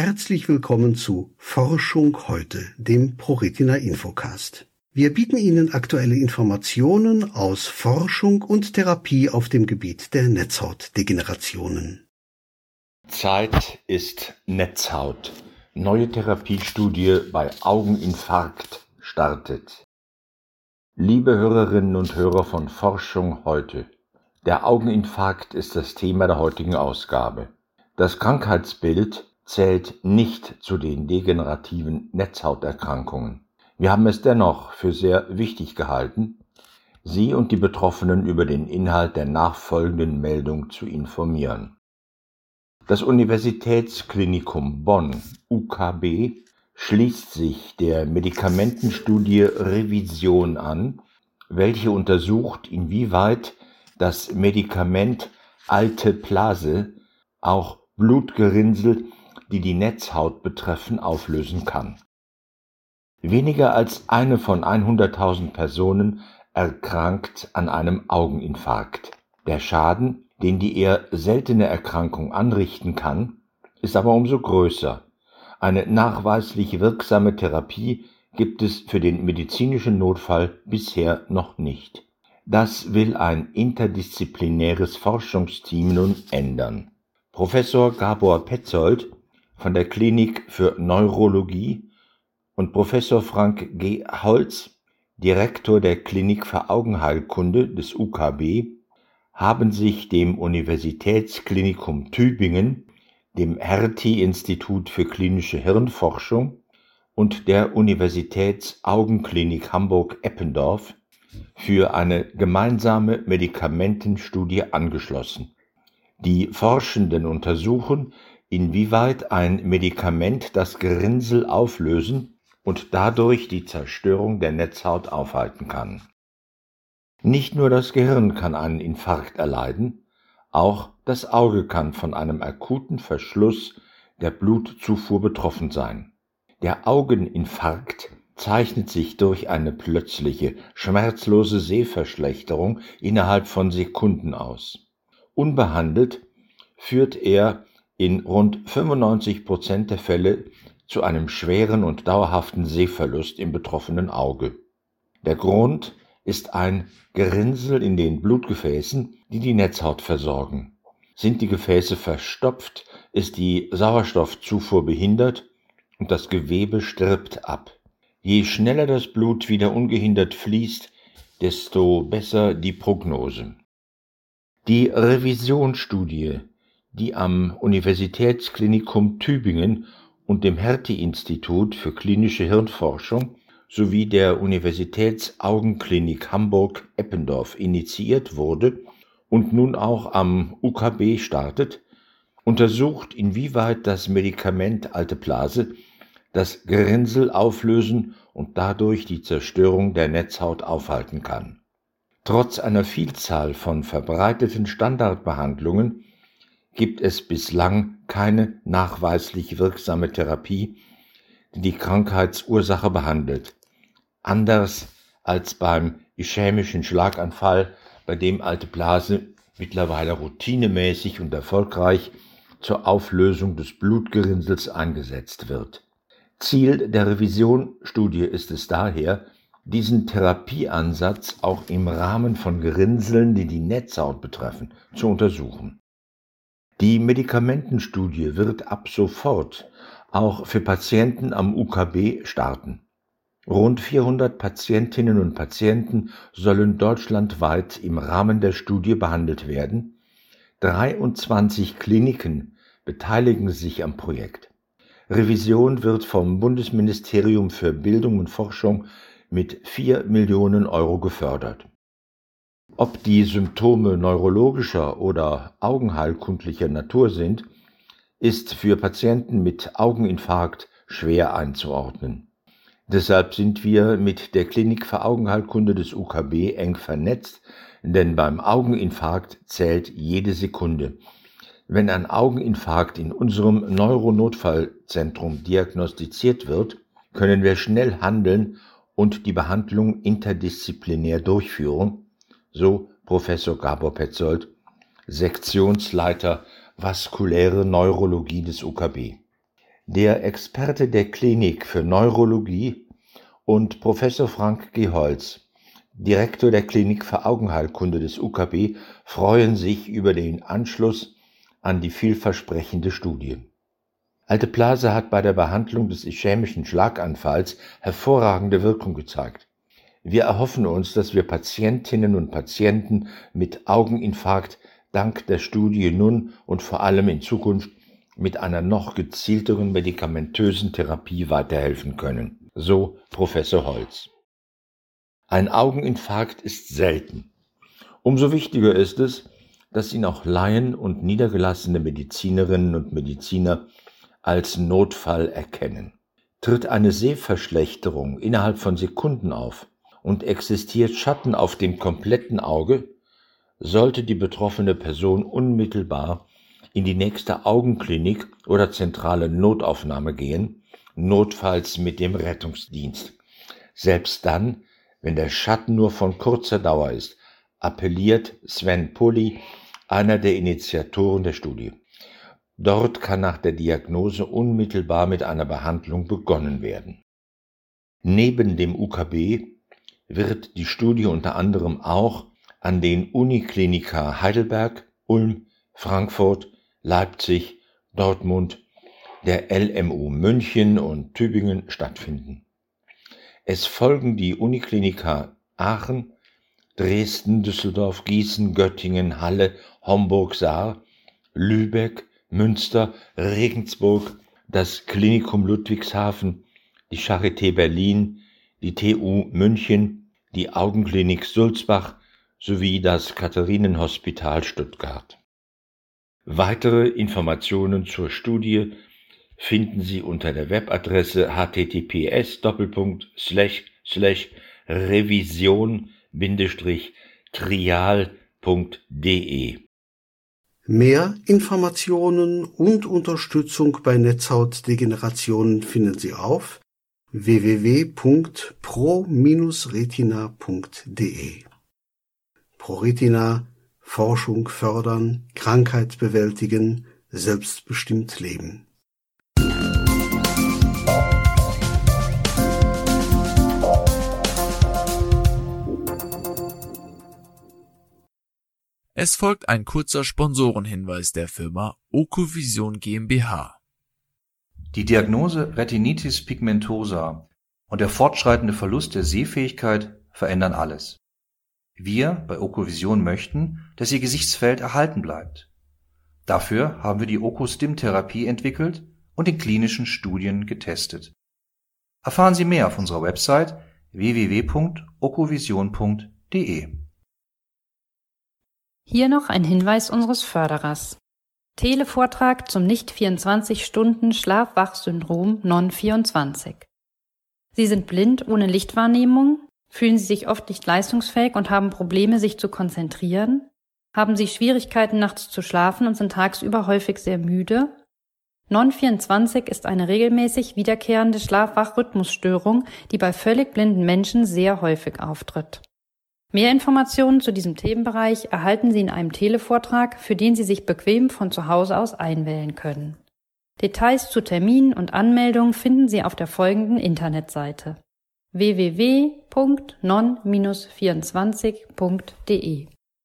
Herzlich willkommen zu Forschung heute, dem ProRetina Infocast. Wir bieten Ihnen aktuelle Informationen aus Forschung und Therapie auf dem Gebiet der Netzhautdegenerationen. Zeit ist Netzhaut. Neue Therapiestudie bei Augeninfarkt startet. Liebe Hörerinnen und Hörer von Forschung heute. Der Augeninfarkt ist das Thema der heutigen Ausgabe. Das Krankheitsbild zählt nicht zu den degenerativen Netzhauterkrankungen. Wir haben es dennoch für sehr wichtig gehalten, Sie und die Betroffenen über den Inhalt der nachfolgenden Meldung zu informieren. Das Universitätsklinikum Bonn, UKB, schließt sich der Medikamentenstudie Revision an, welche untersucht, inwieweit das Medikament Alteplase auch Blutgerinnsel, die die Netzhaut betreffen, auflösen kann. Weniger als eine von 100.000 Personen erkrankt an einem Augeninfarkt. Der Schaden, den die eher seltene Erkrankung anrichten kann, ist aber umso größer. Eine nachweislich wirksame Therapie gibt es für den medizinischen Notfall bisher noch nicht. Das will ein interdisziplinäres Forschungsteam nun ändern. Professor Gabor Petzold von der Klinik für Neurologie und Professor Frank G. Holz, Direktor der Klinik für Augenheilkunde des UKB, haben sich dem Universitätsklinikum Tübingen, dem Hertie-Institut für klinische Hirnforschung und der Universitätsaugenklinik Hamburg-Eppendorf für eine gemeinsame Medikamentenstudie angeschlossen. Die Forschenden untersuchen, inwieweit ein Medikament das Gerinnsel auflösen und dadurch die Zerstörung der Netzhaut aufhalten kann. Nicht nur das Gehirn kann einen Infarkt erleiden, auch das Auge kann von einem akuten Verschluss der Blutzufuhr betroffen sein. Der Augeninfarkt zeichnet sich durch eine plötzliche, schmerzlose Sehverschlechterung innerhalb von Sekunden aus. Unbehandelt führt er in rund 95% der Fälle zu einem schweren und dauerhaften Sehverlust im betroffenen Auge. Der Grund ist ein Gerinnsel in den Blutgefäßen, die die Netzhaut versorgen. Sind die Gefäße verstopft, ist die Sauerstoffzufuhr behindert und das Gewebe stirbt ab. Je schneller das Blut wieder ungehindert fließt, desto besser die Prognose. Die Revisionsstudie, die am Universitätsklinikum Tübingen und dem Hertie-Institut für klinische Hirnforschung sowie der Universitätsaugenklinik Hamburg-Eppendorf initiiert wurde und nun auch am UKB startet, untersucht, inwieweit das Medikament Alteplase das Gerinnsel auflösen und dadurch die Zerstörung der Netzhaut aufhalten kann. Trotz einer Vielzahl von verbreiteten Standardbehandlungen gibt es bislang keine nachweislich wirksame Therapie, die die Krankheitsursache behandelt. Anders als beim ischämischen Schlaganfall, bei dem Alteplase mittlerweile routinemäßig und erfolgreich zur Auflösung des Blutgerinnsels eingesetzt wird. Ziel der Revisionsstudie ist es daher, diesen Therapieansatz auch im Rahmen von Gerinnseln, die die Netzhaut betreffen, zu untersuchen. Die Medikamentenstudie wird ab sofort auch für Patienten am UKB starten. Rund 400 Patientinnen und Patienten sollen deutschlandweit im Rahmen der Studie behandelt werden. 23 Kliniken beteiligen sich am Projekt. Revision wird vom Bundesministerium für Bildung und Forschung mit 4 Millionen Euro gefördert. Ob die Symptome neurologischer oder augenheilkundlicher Natur sind, ist für Patienten mit Augeninfarkt schwer einzuordnen. Deshalb sind wir mit der Klinik für Augenheilkunde des UKB eng vernetzt, denn beim Augeninfarkt zählt jede Sekunde. Wenn ein Augeninfarkt in unserem Neuronotfallzentrum diagnostiziert wird, können wir schnell handeln und die Behandlung interdisziplinär durchführen, so Professor Gabor Petzold, Sektionsleiter vaskuläre Neurologie des UKB. Der Experte der Klinik für Neurologie und Professor Frank G. Holz, Direktor der Klinik für Augenheilkunde des UKB, freuen sich über den Anschluss an die vielversprechende Studie. Alteplase hat bei der Behandlung des ischämischen Schlaganfalls hervorragende Wirkung gezeigt. Wir erhoffen uns, dass wir Patientinnen und Patienten mit Augeninfarkt dank der Studie nun und vor allem in Zukunft mit einer noch gezielteren medikamentösen Therapie weiterhelfen können, so Professor Holz. Ein Augeninfarkt ist selten. Umso wichtiger ist es, dass ihn auch Laien und niedergelassene Medizinerinnen und Mediziner als Notfall erkennen. Tritt eine Sehverschlechterung innerhalb von Sekunden auf und existiert Schatten auf dem kompletten Auge, sollte die betroffene Person unmittelbar in die nächste Augenklinik oder zentrale Notaufnahme gehen, notfalls mit dem Rettungsdienst. Selbst dann, wenn der Schatten nur von kurzer Dauer ist, appelliert Sven Pulli, einer der Initiatoren der Studie. Dort kann nach der Diagnose unmittelbar mit einer Behandlung begonnen werden. Neben dem UKB wird die Studie unter anderem auch an den Uniklinika Heidelberg, Ulm, Frankfurt, Leipzig, Dortmund, der LMU München und Tübingen stattfinden. Es folgen die Uniklinika Aachen, Dresden, Düsseldorf, Gießen, Göttingen, Halle, Homburg, Saar, Lübeck, Münster, Regensburg, das Klinikum Ludwigshafen, die Charité Berlin, die TU München, die Augenklinik Sulzbach sowie das Katharinenhospital Stuttgart. Weitere Informationen zur Studie finden Sie unter der Webadresse https://revision-trial.de. Mehr Informationen und Unterstützung bei Netzhautdegenerationen finden Sie auf www.pro-retina.de. ProRetina, Forschung fördern, Krankheit bewältigen, selbstbestimmt leben. Es folgt ein kurzer Sponsorenhinweis der Firma Okovision GmbH. Die Diagnose Retinitis pigmentosa und der fortschreitende Verlust der Sehfähigkeit verändern alles. Wir bei Okovision möchten, dass Ihr Gesichtsfeld erhalten bleibt. Dafür haben wir die Okostim-Therapie entwickelt und in klinischen Studien getestet. Erfahren Sie mehr auf unserer Website www.okovision.de. Hier noch ein Hinweis unseres Förderers. Televortrag zum Nicht-24-Stunden-Schlaf-Wach-Syndrom Non-24. Sie sind blind ohne Lichtwahrnehmung, fühlen Sie sich oft nicht leistungsfähig und haben Probleme, sich zu konzentrieren? Haben Sie Schwierigkeiten, nachts zu schlafen und sind tagsüber häufig sehr müde? Non-24 ist eine regelmäßig wiederkehrende Schlaf-Wach-Rhythmusstörung, die bei völlig blinden Menschen sehr häufig auftritt. Mehr Informationen zu diesem Themenbereich erhalten Sie in einem Televortrag, für den Sie sich bequem von zu Hause aus einwählen können. Details zu Terminen und Anmeldungen finden Sie auf der folgenden Internetseite: www.non-24.de.